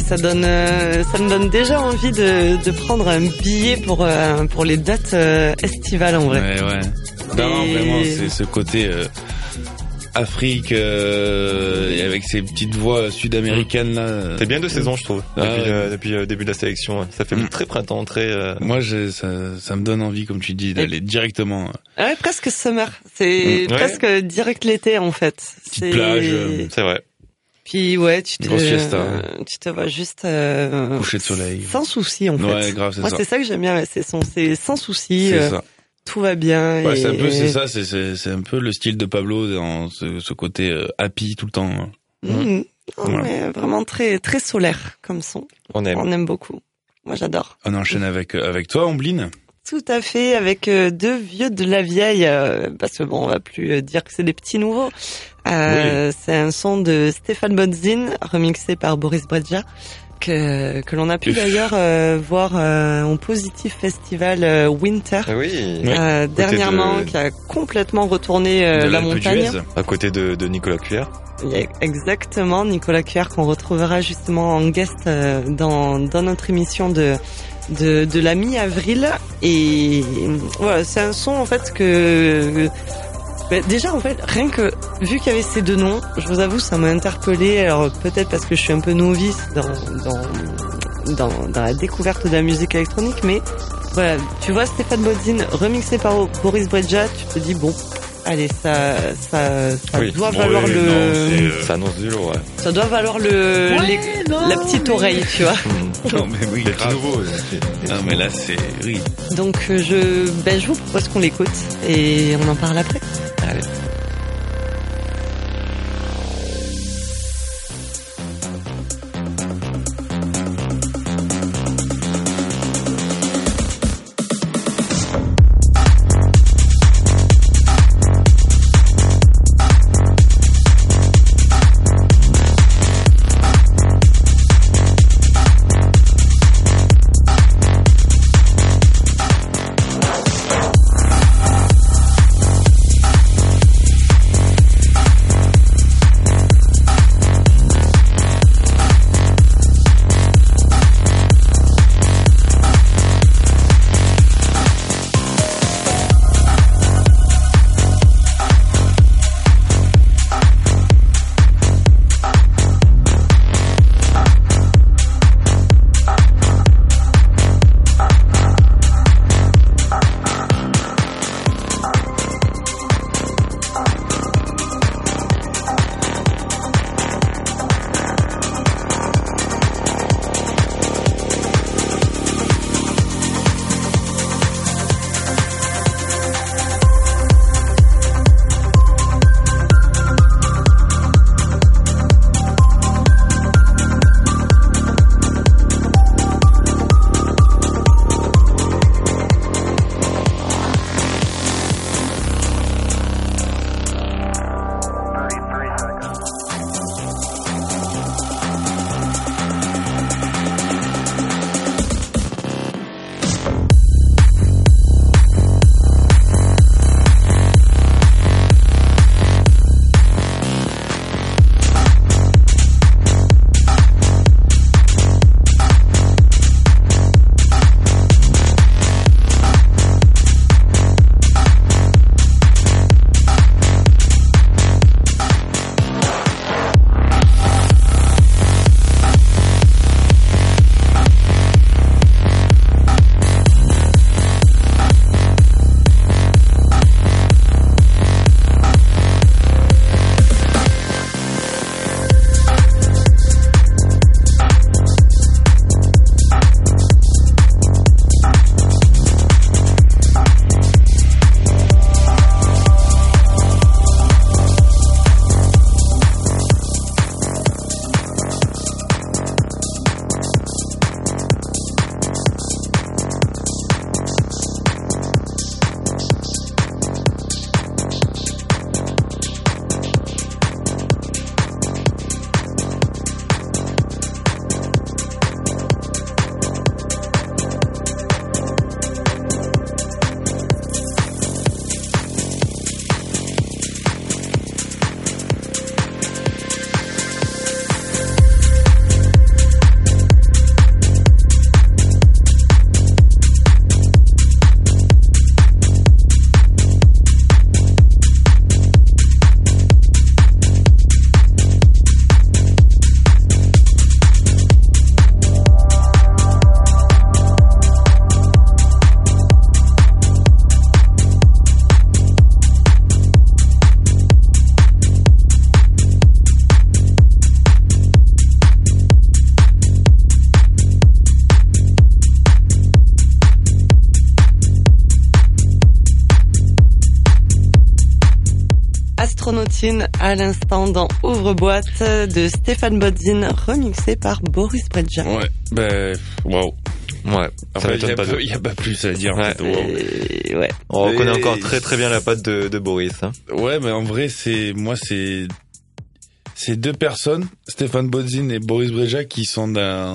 S3: ça me donne déjà envie de prendre un billet pour les dates estivales en vrai.
S4: Ouais. Non, vraiment, c'est ce côté Afrique et avec ces petites voix sud-américaines là.
S5: C'est bien de saison, je trouve. Depuis le début de la sélection, ça fait très printemps, très.
S4: Moi, ça me donne envie, comme tu dis, d'aller directement.
S3: Ouais, presque summer. C'est presque direct l'été en fait.
S4: Petite plage.
S5: C'est vrai.
S3: Puis ouais, tu te vas juste
S4: coucher de soleil.
S3: Sans souci en fait.
S4: Ouais, grave, c'est ça.
S3: Moi, c'est ça que j'aime bien. C'est sans souci.
S4: C'est ça.
S3: Tout va bien.
S4: Ouais, c'est un peu le style de Pablo dans ce côté happy tout le temps.
S3: Voilà. Mais vraiment très très solaire comme son. On aime beaucoup. Moi, j'adore.
S4: On enchaîne avec toi, Ombline.
S3: Tout à fait, avec deux vieux de la vieille, parce que bon, on va plus dire que c'est des petits nouveaux. C'est un son de Stéphane Bodzin, remixé par Boris Brejcha, que l'on a pu d'ailleurs voir en Positif Festival Winter dernièrement, qui a complètement retourné la montagne.
S5: À côté de Nicolas Cuillère.
S3: Exactement, Nicolas Cuillère qu'on retrouvera justement en guest dans notre émission de la mi-avril. Et voilà, c'est un son en fait que déjà en fait rien que vu qu'il y avait ces deux noms, je vous avoue ça m'a interpellé. Alors peut-être parce que je suis un peu novice dans la découverte de la musique électronique, mais voilà, tu vois Stéphane Bodzin remixé par Boris Brejcha, tu te dis bon, allez, ça doit valoir
S5: ça annonce du lourd, ouais.
S3: Ça doit valoir la petite oreille, tu vois.
S4: Non, mais oui,
S5: les petits nouveaux.
S4: Non, mais là, c'est, oui.
S3: Donc, je vous propose qu'on l'écoute et on en parle après.
S5: Allez.
S3: Astronautine à l'instant dans Ouvre-boîte de Stéphane Bodzin, remixé par Boris Brejcha.
S4: Ouais, waouh.
S5: Ouais, ça m'étonne pas.
S4: Il y a pas plus à dire.
S5: Ouais.
S4: En fait. Wow.
S3: Ouais.
S5: On reconnaît encore très très bien la patte de Boris. Hein.
S4: Ouais, mais en vrai, c'est deux personnes, Stéphane Bodzin et Boris Brejcha, qui sont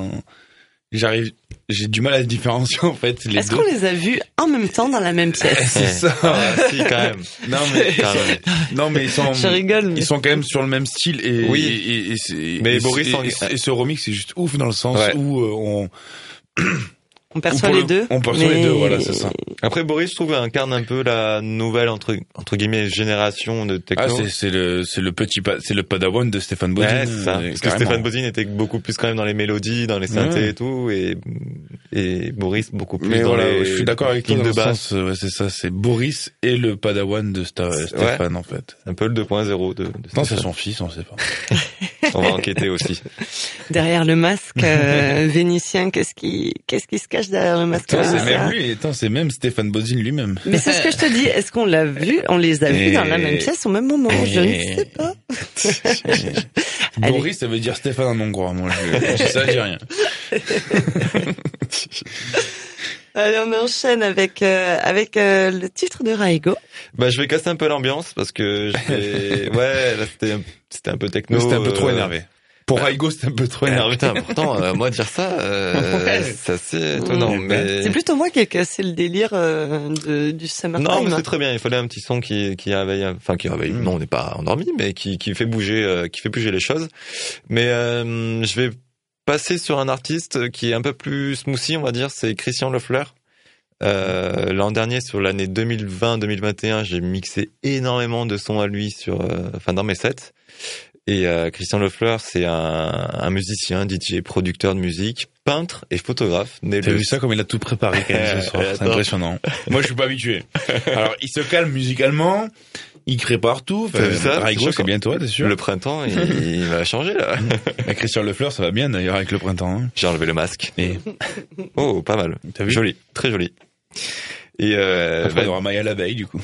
S4: j'ai du mal à différencier en fait les
S3: Est-ce
S4: deux.
S3: qu'on les a vus en même temps dans la même pièce?
S4: C'est ça.
S5: Si, quand même.
S4: Non mais
S3: Je rigole. Mais...
S4: ils sont quand même sur le même style et
S5: oui.
S4: et c'est
S5: mais
S4: et,
S5: Boris
S4: et ce remix c'est juste ouf dans le sens où
S3: on perçoit les deux.
S4: On perçoit les deux, voilà, c'est ça.
S5: Après, Boris, je trouve, incarne un peu la nouvelle, entre guillemets, génération de techno.
S4: Ah, c'est le padawan de Stéphane Bodzin.
S5: Ouais, c'est ça. Parce que Stéphane Bodzin était beaucoup plus quand même dans les mélodies, dans les synthés et tout, et Boris beaucoup plus dans les
S4: je suis d'accord avec toi
S5: lignes
S4: dans
S5: de
S4: le
S5: basse.
S4: sens, ouais, c'est ça, c'est Boris et le padawan de Stéphane, en fait.
S5: C'est un peu le 2.0 de
S4: Non, c'est son fils, on sait pas.
S5: On va enquêter aussi.
S3: Derrière le masque vénitien, qu'est-ce qui se cache derrière le masque?
S4: C'est même lui, c'est même Stéphane Bodzin lui-même.
S3: Mais c'est ce que je te dis, est-ce qu'on l'a vu, on les a vus dans la même pièce au même moment? Je ne sais pas.
S4: Boris, ça veut dire Stéphane en hongrois, moi, ça dit rien.
S3: Allez, on enchaîne avec le titre de Raigo.
S5: Bah, je vais casser un peu l'ambiance parce que ouais, là, c'était un peu techno.
S4: C'était un peu trop énervé. Pour Raigo, c'était un peu trop énervé.
S5: Putain, pourtant, moi, dire ça, c'est assez étonnant, mais...
S3: C'est plutôt moi qui ai cassé le délire, du Summertime.
S5: Non, mais c'est très bien. Il fallait un petit son qui réveille, non, on n'est pas endormi, mais qui fait bouger les choses. Mais, je vais passer sur un artiste qui est un peu plus smoothie, on va dire, c'est Christian Lefleur. L'an dernier, sur l'année 2020-2021, j'ai mixé énormément de sons à lui dans mes sets. Et Christian Lefleur, c'est un musicien, DJ, producteur de musique, peintre et photographe.
S4: T'as vu ça comme il a tout préparé quand même ce soir, c'est impressionnant. Moi, je suis pas habitué. Alors, il se calme musicalement, il crée partout. Raigo, c'est bientôt, t'es sûr?
S5: Le printemps, il va changer là.
S4: Mais Christian Lefleur, ça va bien d'ailleurs avec le printemps. Hein.
S5: J'ai enlevé le masque.
S4: Et...
S5: Oh, pas mal.
S4: T'as vu?
S5: Joli, très joli. Et
S4: après, il y aura Maya l'abeille du coup.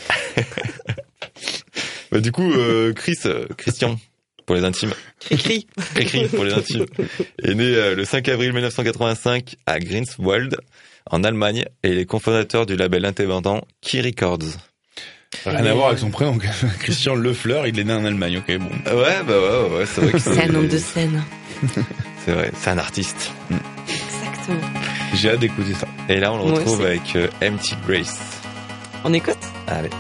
S5: Du coup, Christian. Pour les intimes.
S3: Écrit
S5: pour les intimes. Est né le 5 avril 1985 à Greifswald, en Allemagne, et il est cofondateur du label indépendant Key Records.
S4: Rien à voir avec son prénom. Christian Lefleur, il est né en Allemagne, ok, bon.
S5: Ouais, c'est vrai que
S3: c'est un nom de scène.
S5: C'est vrai, c'est un artiste.
S3: Exactement.
S5: J'ai hâte d'écouter ça. Et là, on le retrouve avec Empty Grace.
S3: On écoute?
S5: Allez.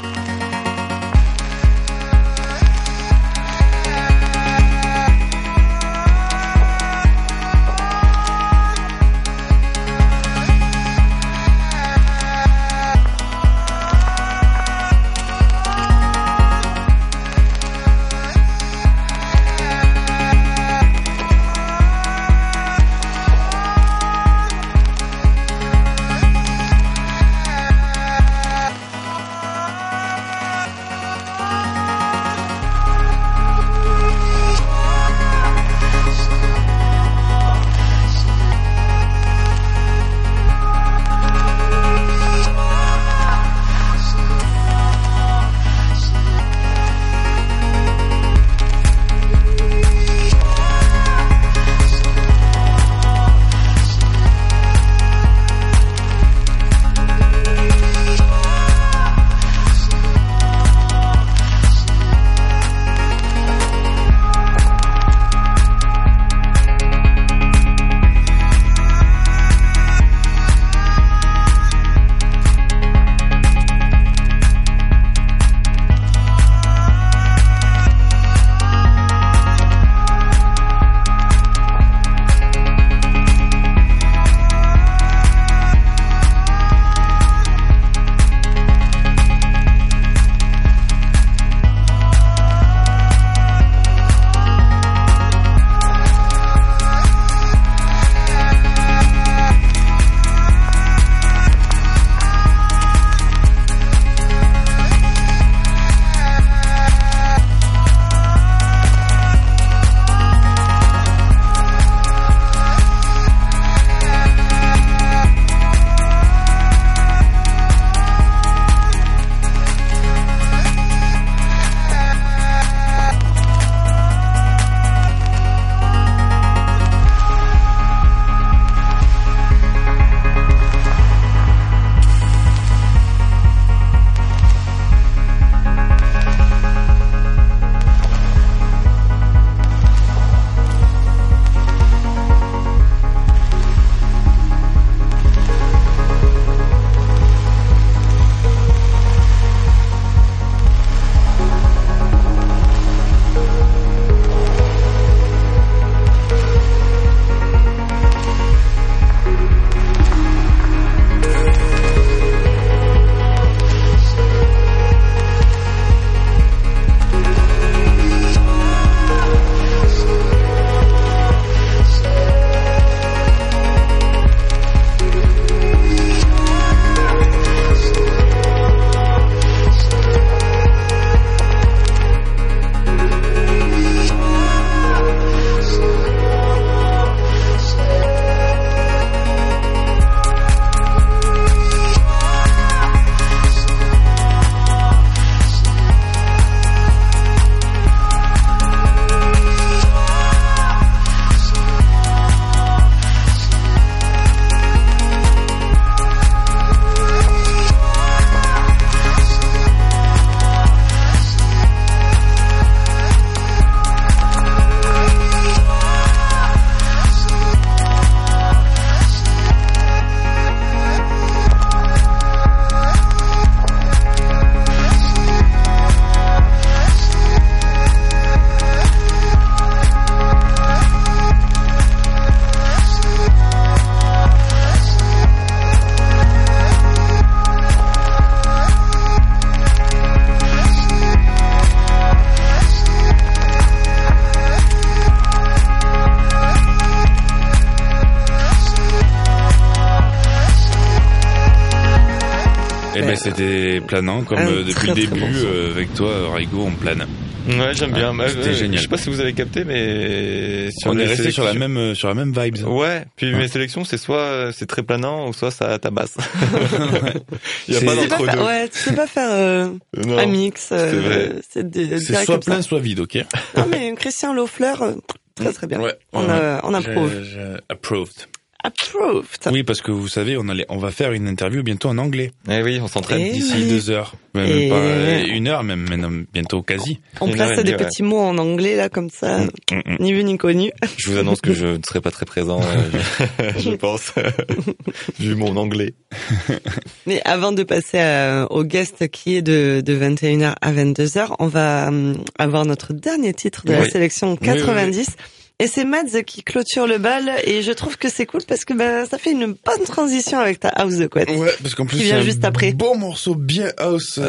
S4: c'était planant, comme depuis
S3: très,
S4: le
S3: très
S4: début,
S3: bon son.
S4: avec toi, Raigo, on plane.
S5: Ouais, j'aime bien.
S4: C'était génial.
S5: Je sais pas si vous avez capté, mais
S4: On
S5: les
S4: est resté sur la
S5: sélections-
S4: même vibes.
S5: Ouais, puis mes sélections, c'est soit c'est très planant, ou soit ça tabasse. Il y a
S4: C'est-
S5: pas
S3: Tu sais pas
S5: d'entre deux.
S3: faire, ouais, tu sais pas faire
S5: Non.
S3: un mix.
S5: vrai.
S3: C'est
S4: C'est
S3: direct
S4: soit
S3: comme ça.
S4: plein, soit vide, ok?
S3: Non mais Christian Lofleur, très très bien.
S4: Ouais.
S3: On approuve.
S4: Approved.
S3: Approved.
S4: Oui, parce que vous savez, on va faire une interview bientôt en anglais.
S5: Eh oui, on s'entraîne.
S3: Et-
S4: D'ici
S3: oui.
S4: 2 heures. Même
S3: Et-
S4: pas 1 heure, même maintenant, bientôt quasi.
S3: On
S5: Une
S3: place
S5: heure et
S3: des
S5: demie,
S3: petits mots en anglais là comme ça, ni vu ni connu.
S5: Je vous annonce que je ne serai pas très présent, je pense, vu mon anglais.
S3: Mais avant de passer au guest qui est de 21h à 22h, on va avoir notre dernier titre de la
S4: Oui.
S3: sélection 90. Et c'est Mads qui clôture le bal et je trouve que c'est cool parce que ça fait une bonne transition avec ta house de couette.
S4: Ouais, parce qu'en plus,
S3: Qui
S4: c'est
S3: vient
S4: un
S3: juste après.
S4: bon morceau bien house,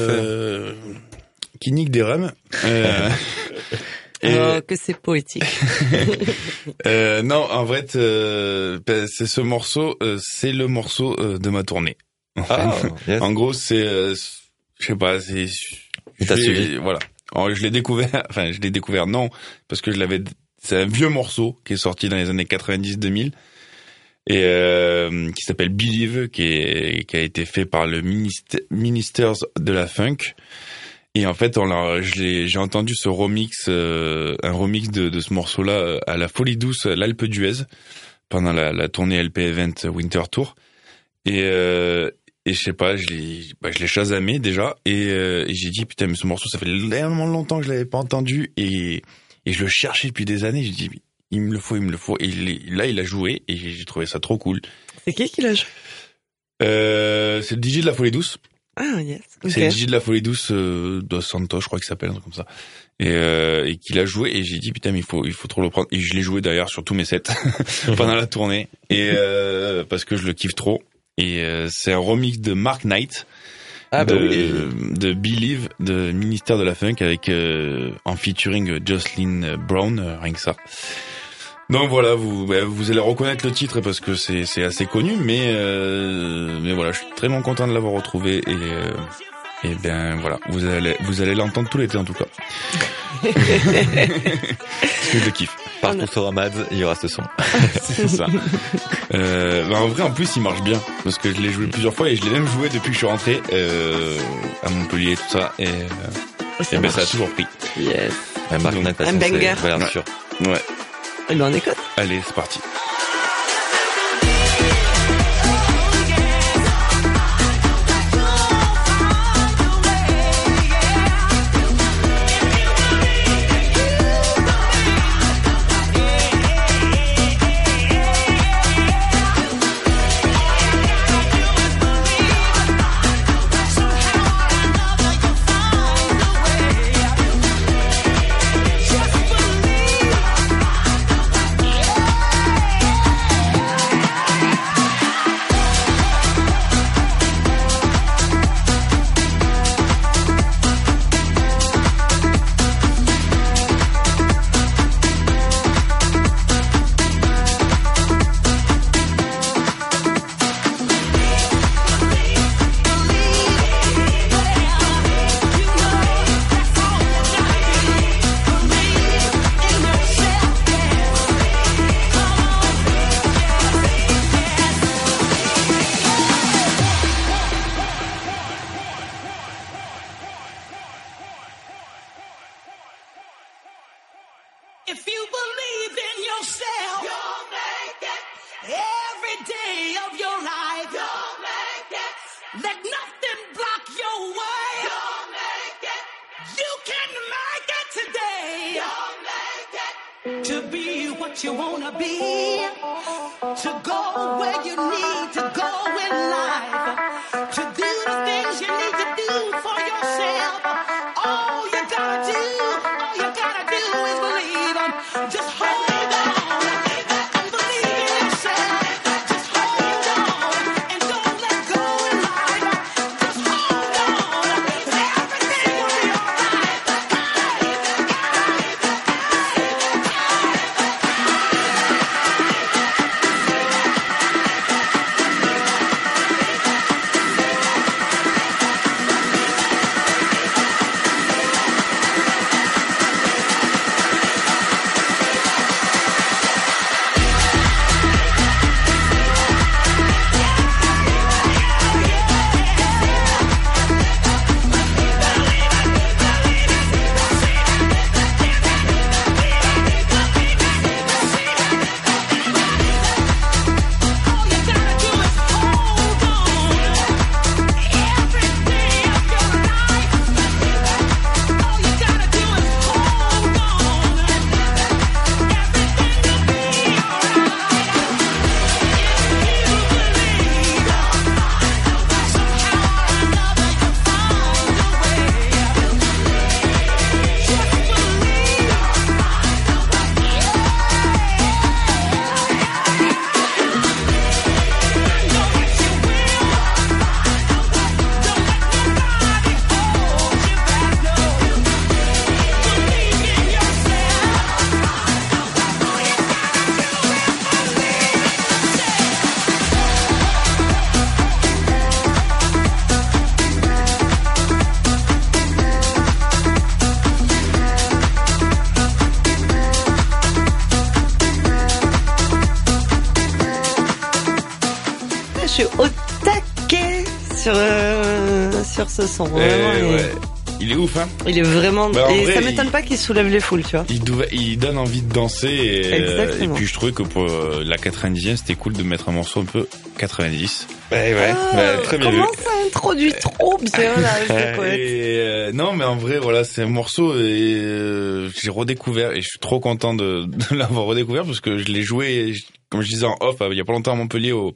S4: qui nique des rums. Et,
S3: Oh, que c'est poétique.
S4: non, en vrai, c'est ce morceau, c'est le morceau de ma tournée.
S5: Ah, yes.
S4: En gros, c'est, je sais pas, c'est.
S5: T'as
S4: je l'ai-
S5: suivi.
S4: Voilà. Alors, je l'ai découvert, non, parce que c'est un vieux morceau qui est sorti dans les années 90-2000 et qui s'appelle Believe, qui a été fait par le Ministers de la Funk. Et en fait, j'ai entendu ce remix, un remix de ce morceau-là à la Folie Douce, l'Alpe d'Huez, pendant la tournée LP Event Winter Tour. Et je sais pas, je l'ai chasamé déjà et j'ai dit putain mais ce morceau ça fait tellement longtemps que je l'avais pas entendu et je le cherchais depuis des années. J'ai dit il me le faut et là il a joué et j'ai trouvé ça trop cool.
S3: C'est qui l'a joué?
S4: C'est le DJ de la Folie Douce.
S3: Ah yes.
S4: C'est le
S3: Ok.
S4: DJ de la Folie Douce Dos Santos, je crois qu'il s'appelle un truc comme ça. Et qu'il a joué et j'ai dit putain mais il faut trop le prendre et je l'ai joué d'ailleurs sur tous mes sets pendant la tournée et parce que je le kiffe trop. Et c'est un remix de Mark Knight de Believe de Ministère de la Funk avec en featuring Jocelyn Brown, rien que ça. Donc voilà, vous allez reconnaître le titre parce que c'est assez connu, mais voilà, je suis vraiment content de l'avoir retrouvé et ben voilà, vous allez l'entendre tout l'été en tout cas. Parce que je le kiffe.
S5: Partout sur Mads, il y aura ce son.
S4: C'est ça. En vrai, en plus, il marche bien parce que je l'ai joué plusieurs fois et je l'ai même joué depuis que je suis rentré à Montpellier, tout ça. Et ben ça a toujours pris.
S3: Yes.
S5: Mark Knight,
S3: Un banger.
S5: Bien sûr.
S4: Ouais.
S3: Et ben on écoute.
S4: Allez, c'est parti.
S8: If you believe in yourself, you'll make it. Every day of your life, you'll make it. Let nothing block your way. You'll make it. You can make it today. You'll make it. To be what you wanna be. To go where you need to go in life. To do the things you need to do for yourself. All you gotta do is believe. Just hold on and believe in yourself. Just hold on and don't let go in life. Just hold on. Everything will be alright.
S3: sur ce son. Vraiment,
S4: ouais. Il est ouf, hein.
S3: il est vraiment,
S4: Bah, en
S3: et
S4: vrai,
S3: ça m'étonne pas qu'il soulève les foules, tu vois.
S4: Il donne envie de danser et
S3: Exactement.
S4: puis je trouvais que pour la 90e, c'était cool de mettre un morceau un peu 90.
S5: Ouais, très bien vu.
S3: Comment ça introduit trop bien la House de Couette.
S4: Et non, mais en vrai, voilà, c'est un morceau et j'ai redécouvert et je suis trop content de l'avoir redécouvert parce que je l'ai joué, comme je disais en off, il y a pas longtemps à Montpellier au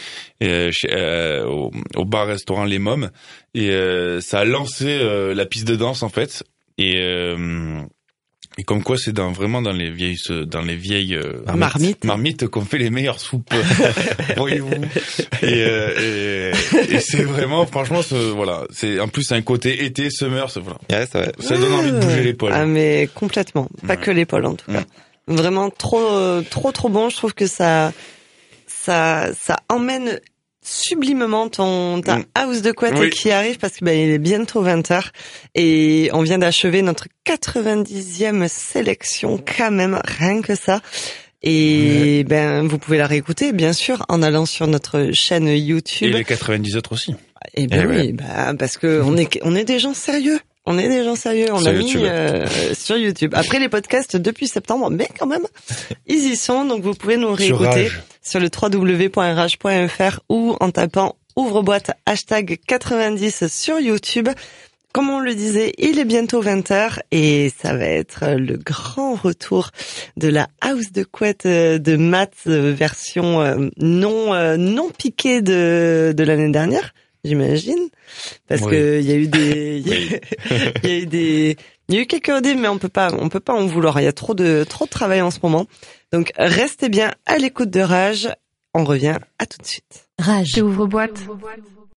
S4: bar-restaurant Les Mômes et ça a lancé la piste de danse en fait et comme quoi c'est vraiment dans les vieilles marmites qu'on fait les meilleures soupes voyez-vous et c'est vraiment franchement voilà, c'est en plus c'est un côté été summer voilà.
S5: Ouais, c'est vrai.
S4: Ça donne envie de bouger l'épaule.
S3: Ah mais complètement, pas que l'épaule en tout cas. Vraiment trop bon, je trouve que ça emmène sublimement ta House de Couette qui arrive parce que il est bientôt 20h et on vient d'achever notre 90e sélection quand même, rien que ça. Et vous pouvez la réécouter bien sûr en allant sur notre chaîne YouTube.
S4: Et les 90 autres aussi.
S3: Et oui, parce que on est des gens sérieux. On est des gens sérieux, on l'a mis sur YouTube. Après les podcasts depuis septembre, mais quand même, ils y sont, donc vous pouvez nous réécouter sur le www.rage.fr ou en tapant ouvre-boîte #90 sur YouTube. Comme on le disait, il est bientôt 20h et ça va être le grand retour de la House de Couette de Mads version non piquée de l'année dernière. J'imagine, parce que il y a eu quelques idées, mais on peut pas en vouloir. Il y a trop de travail en ce moment. Donc, restez bien à l'écoute de Rage. On revient à tout de suite.
S1: Rage.
S2: Ouvre-boîte.